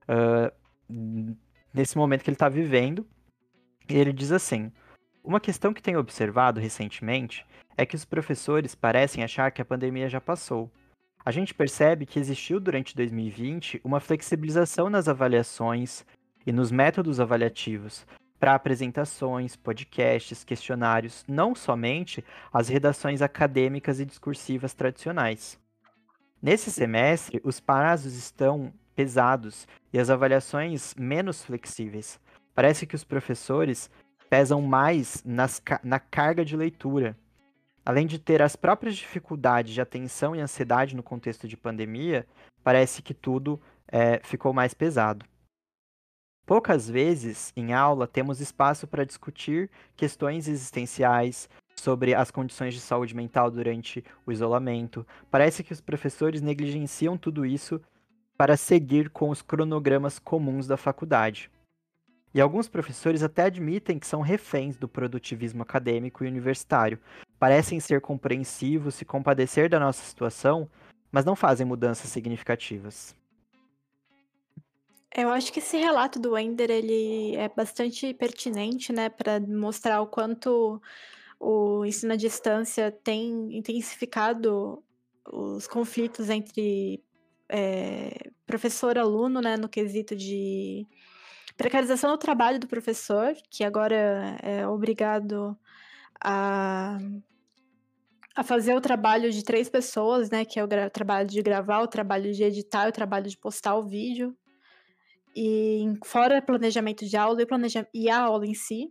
nesse momento que ele está vivendo. E ele diz assim: uma questão que tenho observado recentemente é que os professores parecem achar que a pandemia já passou. A gente percebe que existiu durante 2020 uma flexibilização nas avaliações e nos métodos avaliativos para apresentações, podcasts, questionários, não somente as redações acadêmicas e discursivas tradicionais. Nesse semestre, os prazos estão pesados e as avaliações menos flexíveis. Parece que os professores pesam mais na carga de leitura. Além de ter as próprias dificuldades de atenção e ansiedade no contexto de pandemia, parece que tudo ficou mais pesado. Poucas vezes, em aula, temos espaço para discutir questões existenciais, sobre as condições de saúde mental durante o isolamento. Parece que os professores negligenciam tudo isso para seguir com os cronogramas comuns da faculdade. E alguns professores até admitem que são reféns do produtivismo acadêmico e universitário. Parecem ser compreensivos, se compadecer da nossa situação, mas não fazem mudanças significativas. Eu acho que esse relato do Ender, ele é bastante pertinente, né, para mostrar o quanto o ensino à distância tem intensificado os conflitos entre professor-aluno, né, no quesito de precarização do trabalho do professor, que agora é obrigado a, a fazer o trabalho de 3 pessoas, né, que é o trabalho de gravar, o trabalho de editar, o trabalho de postar o vídeo. e fora planejamento de aula e a aula em si.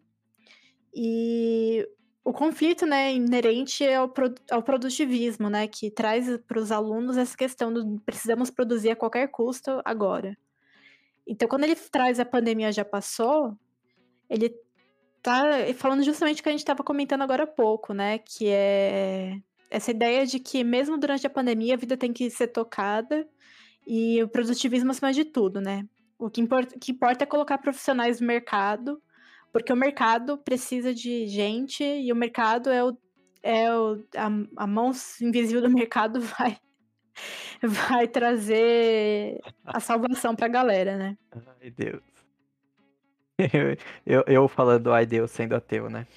E o conflito, né, inerente ao produtivismo, né, que traz para os alunos essa questão do precisamos produzir a qualquer custo agora. Então, quando ele traz a pandemia já passou, ele tá falando justamente o que a gente estava comentando agora há pouco, né, que é essa ideia de que mesmo durante a pandemia a vida tem que ser tocada e o produtivismo acima de tudo, né. O que importa é colocar profissionais no mercado, porque o mercado precisa de gente e o mercado a mão invisível do mercado vai trazer a salvação pra galera, né. Ai, Deus. Eu falando ai Deus sendo ateu, né?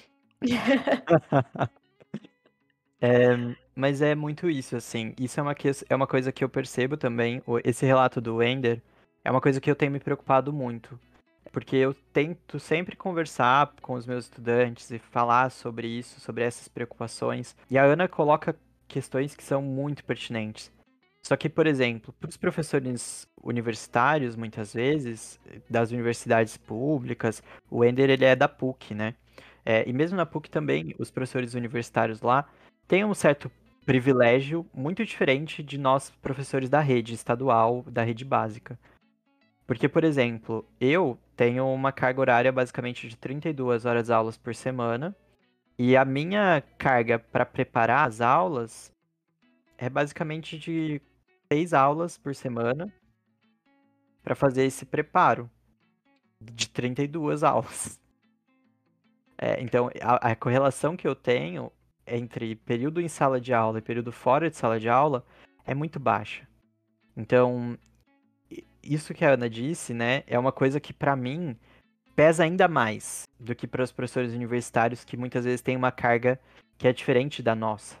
Mas é muito isso, assim. Isso é uma coisa que eu percebo também. Esse relato do Wender é uma coisa que eu tenho me preocupado muito. Porque eu tento sempre conversar com os meus estudantes e falar sobre isso, sobre essas preocupações. E a Ana coloca questões que são muito pertinentes. Só que, por exemplo, para os professores universitários, muitas vezes, das universidades públicas, o Wender ele é da PUC, né? E mesmo na PUC também, os professores universitários lá têm um certo privilégio muito diferente de nós, professores da rede estadual, da rede básica. Porque, por exemplo, eu tenho uma carga horária basicamente de 32 horas de aulas por semana, e a minha carga para preparar as aulas é basicamente de 6 aulas por semana para fazer esse preparo de 32 aulas. Então, a correlação que eu tenho entre período em sala de aula e período fora de sala de aula é muito baixa. Então, isso que a Ana disse, né, é uma coisa que para mim pesa ainda mais do que para os professores universitários que muitas vezes têm uma carga que é diferente da nossa.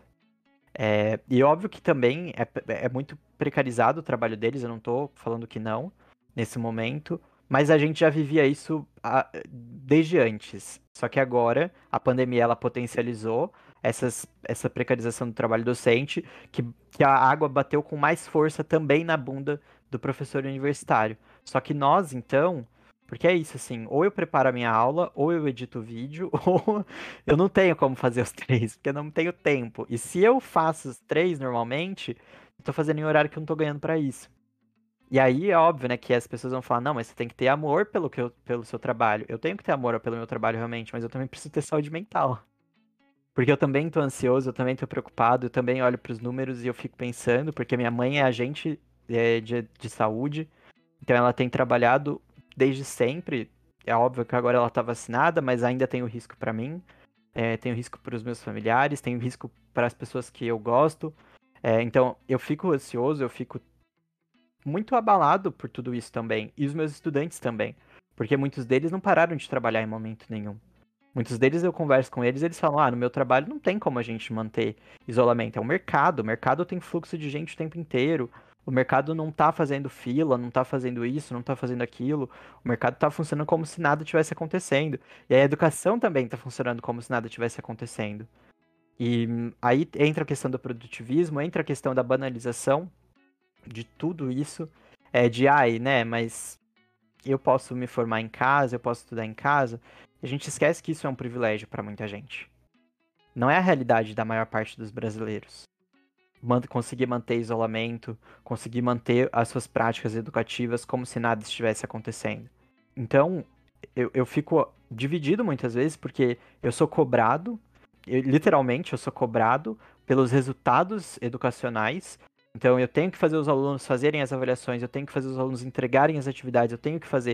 E óbvio que também é muito precarizado o trabalho deles, eu não estou falando que não, nesse momento, mas a gente já vivia isso desde antes. Só que agora a pandemia ela potencializou essa precarização do trabalho docente, que a água bateu com mais força também na bunda do professor universitário. Só que nós, então, porque é isso, assim, ou eu preparo a minha aula, ou eu edito o vídeo, ou eu não tenho como fazer os três, porque eu não tenho tempo. E se eu faço os três normalmente, eu tô fazendo em horário que eu não tô ganhando pra isso. E aí é óbvio, né, que as pessoas vão falar, não, mas você tem que ter amor pelo seu trabalho. Eu tenho que ter amor pelo meu trabalho realmente, mas eu também preciso ter saúde mental. Porque eu também tô ansioso, eu também tô preocupado, eu também olho pros números e eu fico pensando, porque minha mãe é agente de saúde, então ela tem trabalhado desde sempre. É óbvio que agora ela tá vacinada, mas ainda tem o risco pra mim. Tem o risco para os meus familiares, tem o risco para as pessoas que eu gosto. Então eu fico ansioso, eu fico muito abalado por tudo isso também. E os meus estudantes também. Porque muitos deles não pararam de trabalhar em momento nenhum. Muitos deles eu converso com eles, eles falam: no meu trabalho não tem como a gente manter isolamento. É o mercado tem fluxo de gente o tempo inteiro. O mercado não tá fazendo fila, não tá fazendo isso, não tá fazendo aquilo. O mercado tá funcionando como se nada tivesse acontecendo. E a educação também tá funcionando como se nada tivesse acontecendo. E aí entra a questão do produtivismo, entra a questão da banalização de tudo isso. Né, mas eu posso me formar em casa, eu posso estudar em casa. A gente esquece que isso é um privilégio para muita gente. Não é a realidade da maior parte dos brasileiros. Conseguir manter isolamento, conseguir manter as suas práticas educativas como se nada estivesse acontecendo. Então, eu fico dividido muitas vezes porque eu sou cobrado, literalmente eu sou cobrado pelos resultados educacionais. Então, eu tenho que fazer os alunos fazerem as avaliações, eu tenho que fazer os alunos entregarem as atividades, eu tenho que fazer.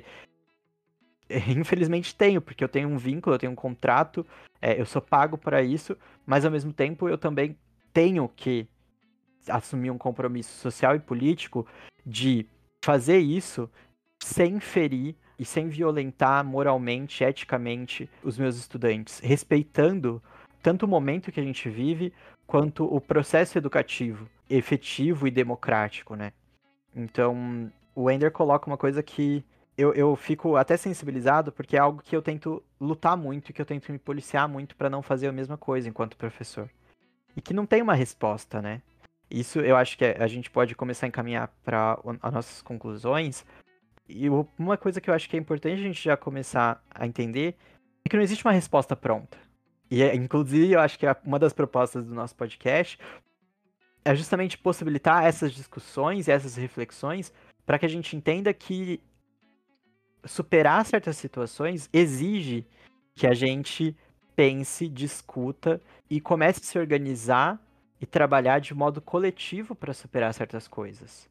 Infelizmente tenho, porque eu tenho um vínculo, eu tenho um contrato, eu sou pago para isso, mas ao mesmo tempo eu também tenho que assumir um compromisso social e político de fazer isso sem ferir e sem violentar moralmente, eticamente os meus estudantes, respeitando tanto o momento que a gente vive quanto o processo educativo efetivo e democrático, né? Então, o Ender coloca uma coisa que eu fico até sensibilizado, porque é algo que eu tento lutar muito, que eu tento me policiar muito para não fazer a mesma coisa enquanto professor. E que não tem uma resposta, né? Isso eu acho que a gente pode começar a encaminhar para as nossas conclusões, uma coisa que eu acho que é importante a gente já começar a entender é que não existe uma resposta pronta. E, inclusive, eu acho que uma das propostas do nosso podcast é justamente possibilitar essas discussões e essas reflexões para que a gente entenda que superar certas situações exige que a gente pense, discuta e comece a se organizar e trabalhar de modo coletivo para superar certas coisas.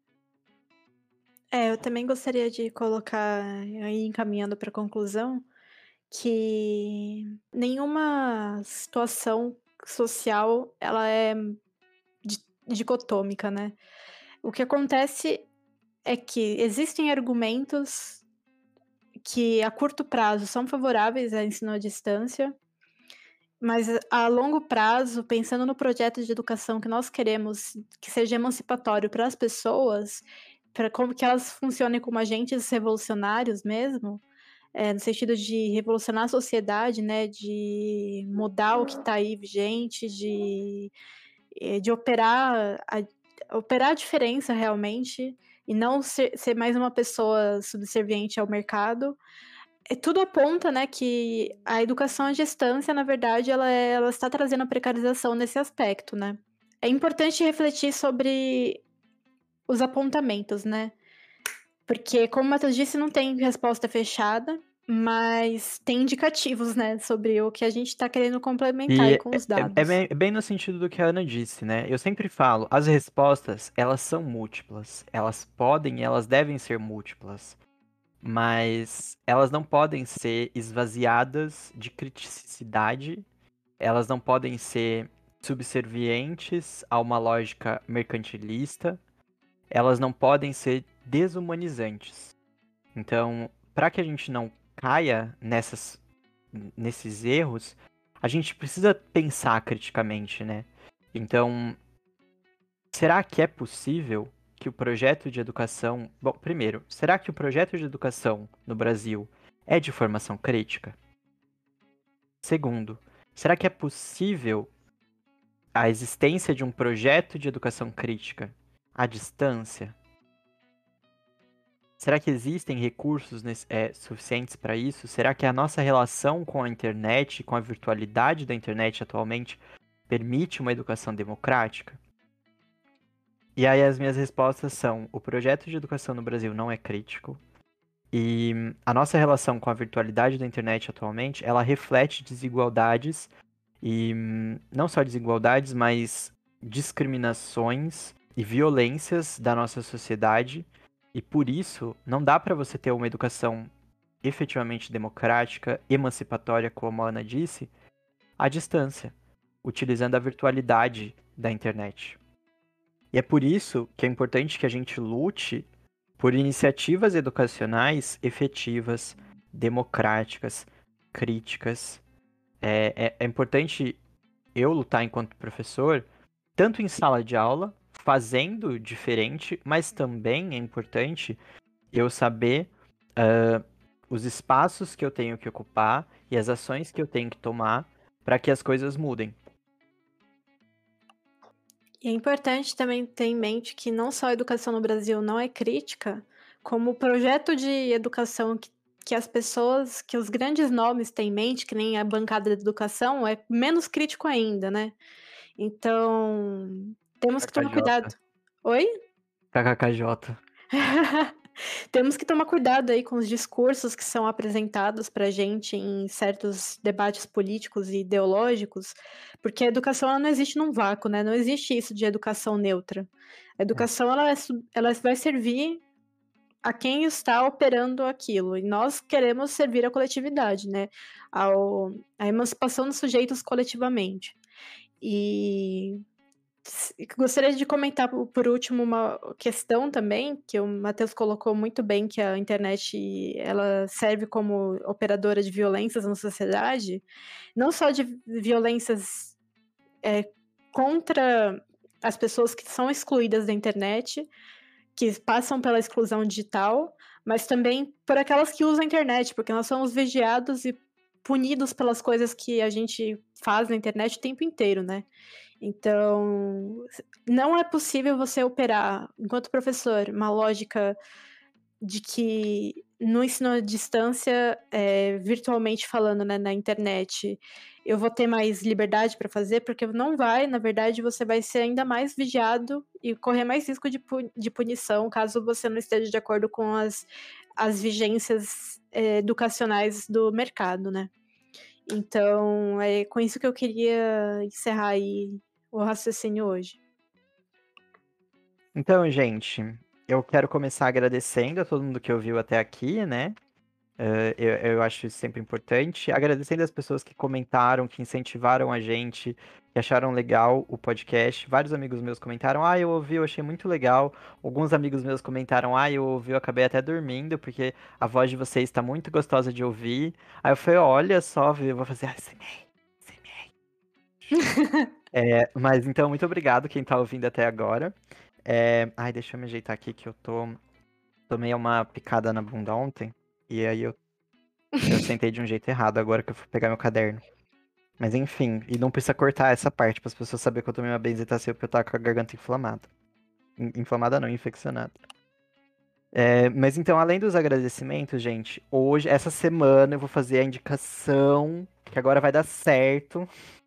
Eu também gostaria de colocar, aí encaminhando para a conclusão, que nenhuma situação social ela é dicotômica, né. O que acontece é que existem argumentos que a curto prazo são favoráveis ao ensino à distância, mas a longo prazo, pensando no projeto de educação que nós queremos que seja emancipatório para as pessoas, para como que elas funcionem como agentes revolucionários mesmo, no sentido de revolucionar a sociedade, né, de mudar o que está aí vigente, de operar a diferença realmente, e não ser mais uma pessoa subserviente ao mercado. Tudo aponta, né, que a educação à distância, na verdade, ela está trazendo a precarização nesse aspecto, né. É importante refletir sobre os apontamentos, né, porque, como o Matheus disse, não tem resposta fechada, mas tem indicativos, né, sobre o que a gente está querendo complementar aí E com os é dados. bem no sentido do que a Ana disse, né? Eu sempre falo, as respostas, elas são múltiplas. Elas podem e elas devem ser múltiplas. Mas elas não podem ser esvaziadas de criticidade, elas não podem ser subservientes a uma lógica mercantilista, elas não podem ser desumanizantes. Então, para que a gente não caia nesses erros, a gente precisa pensar criticamente, né? Então, será que é possível que o projeto de educação. Bom, primeiro, será que o projeto de educação no Brasil é de formação crítica? Segundo, será que é possível a existência de um projeto de educação crítica à distância? Será que existem recursos suficientes para isso? Será que a nossa relação com a internet, com a virtualidade da internet atualmente, permite uma educação democrática? E aí as minhas respostas são: o projeto de educação no Brasil não é crítico. E a nossa relação com a virtualidade da internet atualmente, ela reflete desigualdades e não só desigualdades, mas discriminações e violências da nossa sociedade. E por isso, não dá para você ter uma educação efetivamente democrática, emancipatória, como a Ana disse, à distância, utilizando a virtualidade da internet. E é por isso que é importante que a gente lute por iniciativas educacionais efetivas, democráticas, críticas. É importante eu lutar enquanto professor, tanto em sala de aula, fazendo diferente, mas também é importante eu saber os espaços que eu tenho que ocupar e as ações que eu tenho que tomar para que as coisas mudem. E é importante também ter em mente que não só a educação no Brasil não é crítica, como o projeto de educação que as pessoas, que os grandes nomes têm em mente, que nem a bancada da educação, é menos crítico ainda, né. Então, temos que tomar KKJ. cuidado. Oi? KKKJ. Temos que tomar cuidado aí com os discursos que são apresentados pra gente em certos debates políticos e ideológicos, porque a educação ela não existe num vácuo, né, não existe isso de educação neutra. A É. educação ela vai servir a quem está operando aquilo, e nós queremos servir a coletividade, né, à emancipação dos sujeitos coletivamente. E gostaria de comentar por último uma questão também, que o Matheus colocou muito bem, que a internet ela serve como operadora de violências na sociedade, não só de violências, contra as pessoas que são excluídas da internet, que passam pela exclusão digital, mas também por aquelas que usam a internet, porque nós somos vigiados e punidos pelas coisas que a gente faz na internet o tempo inteiro, né. Então, não é possível você operar, enquanto professor, uma lógica de que no ensino à distância, virtualmente falando, né, na internet, eu vou ter mais liberdade para fazer, porque não vai, na verdade, você vai ser ainda mais vigiado e correr mais risco de punição, caso você não esteja de acordo com as vigências, educacionais do mercado, né. Então, é com isso que eu queria encerrar aí o raciocínio hoje. Então, gente, eu quero começar agradecendo a todo mundo que ouviu até aqui, né? Eu acho isso sempre importante. Agradecendo as pessoas que comentaram, que incentivaram a gente, que acharam legal o podcast. Vários amigos meus comentaram, eu ouvi, eu achei muito legal. Alguns amigos meus comentaram, eu ouvi, eu acabei até dormindo, porque a voz de vocês está muito gostosa de ouvir. Aí eu falei, olha só, eu vou fazer ASMR. Mas então, muito obrigado quem tá ouvindo até agora. Deixa eu me ajeitar aqui que eu tomei uma picada na bunda ontem. E aí eu sentei de um jeito errado agora que eu fui pegar meu caderno. Mas enfim, e não precisa cortar essa parte para as pessoas saberem que eu tomei uma benzetacil porque eu tava com a garganta inflamada. Inflamada não, infeccionada. Mas então, além dos agradecimentos, gente, hoje, essa semana, eu vou fazer a indicação, que agora vai dar certo.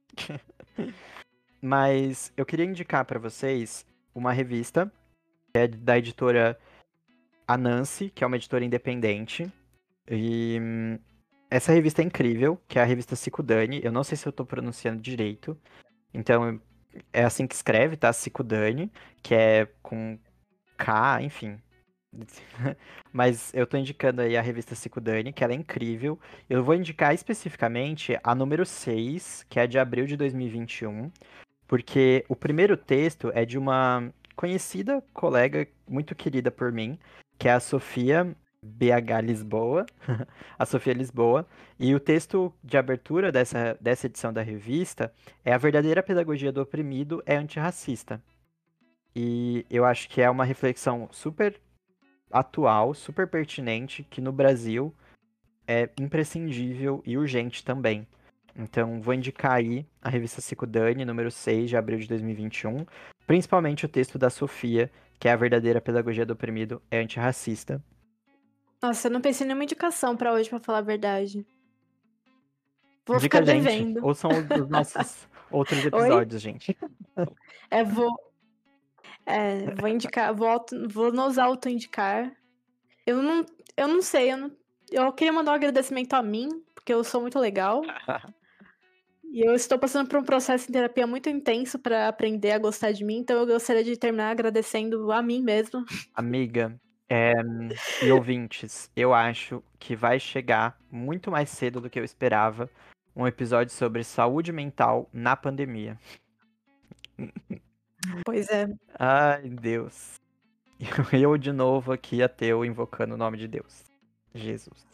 Mas eu queria indicar para vocês uma revista, que é da editora Anansi, que é uma editora independente. E essa revista é incrível, que é a revista Sikudani. Eu não sei se eu tô pronunciando direito. Então, é assim que escreve, tá? Sikudani, que é com K, enfim. Mas eu tô indicando aí a revista Sikudani, que ela é incrível. Eu vou indicar especificamente a número 6, que é de abril de 2021, porque o primeiro texto é de uma conhecida colega, muito querida por mim, que é a Sofia BH Lisboa, a Sofia Lisboa, e o texto de abertura dessa edição da revista é A Verdadeira Pedagogia do Oprimido é Antirracista. E eu acho que é uma reflexão super atual, super pertinente, que no Brasil é imprescindível e urgente também. Então, vou indicar aí a revista Sikudani, número 6, de abril de 2021, principalmente o texto da Sofia, que é A Verdadeira Pedagogia do Oprimido é Antirracista. Nossa, eu não pensei em nenhuma indicação pra hoje, pra falar a verdade. Vou Indica ficar a gente, devendo. ouçam os nossos outros Oi? episódios, gente. É, vou, vou indicar, vou nos auto-indicar. Eu não sei, eu queria mandar um agradecimento a mim, porque eu sou muito legal. E eu estou passando por um processo em terapia muito intenso pra aprender a gostar de mim, então eu gostaria de terminar agradecendo a mim mesma. Amiga, é, e ouvintes, eu acho que vai chegar muito mais cedo do que eu esperava um episódio sobre saúde mental na pandemia. Pois é. Ai, Deus. Eu de novo aqui, ateu, invocando o nome de Deus. Jesus.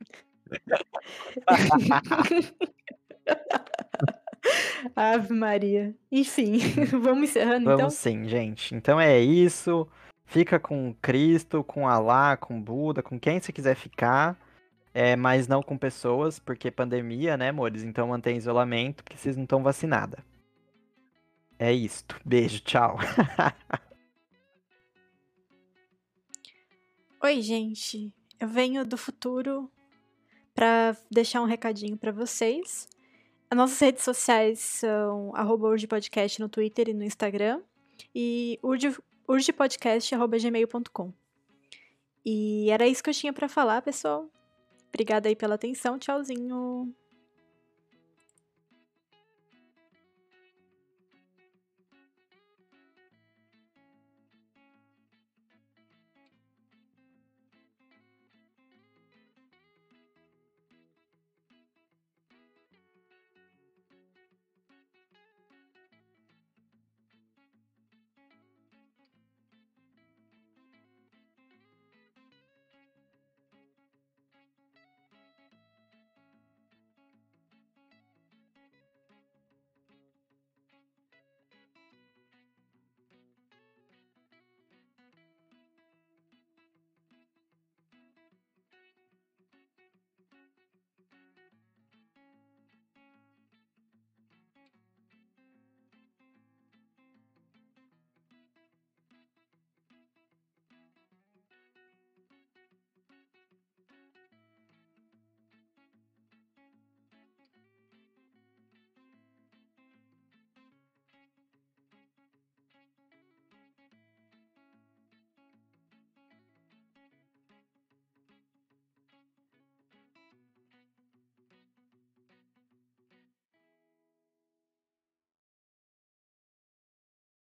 Ave Maria. Enfim, Hum, vamos encerrando Vamos então? sim, gente. Então é isso. Fica com Cristo, com Alá, com Buda, com quem você quiser ficar. Mas não com pessoas, porque pandemia, né, amores? Então mantém isolamento, porque vocês não estão vacinadas. É isto. Beijo, tchau. Oi, gente. Eu venho do futuro para deixar um recadinho para vocês. As nossas redes sociais são @urdpodcast no Twitter e no Instagram e urdpodcast@gmail.com. E era isso que eu tinha para falar, pessoal. Obrigada aí pela atenção. Tchauzinho.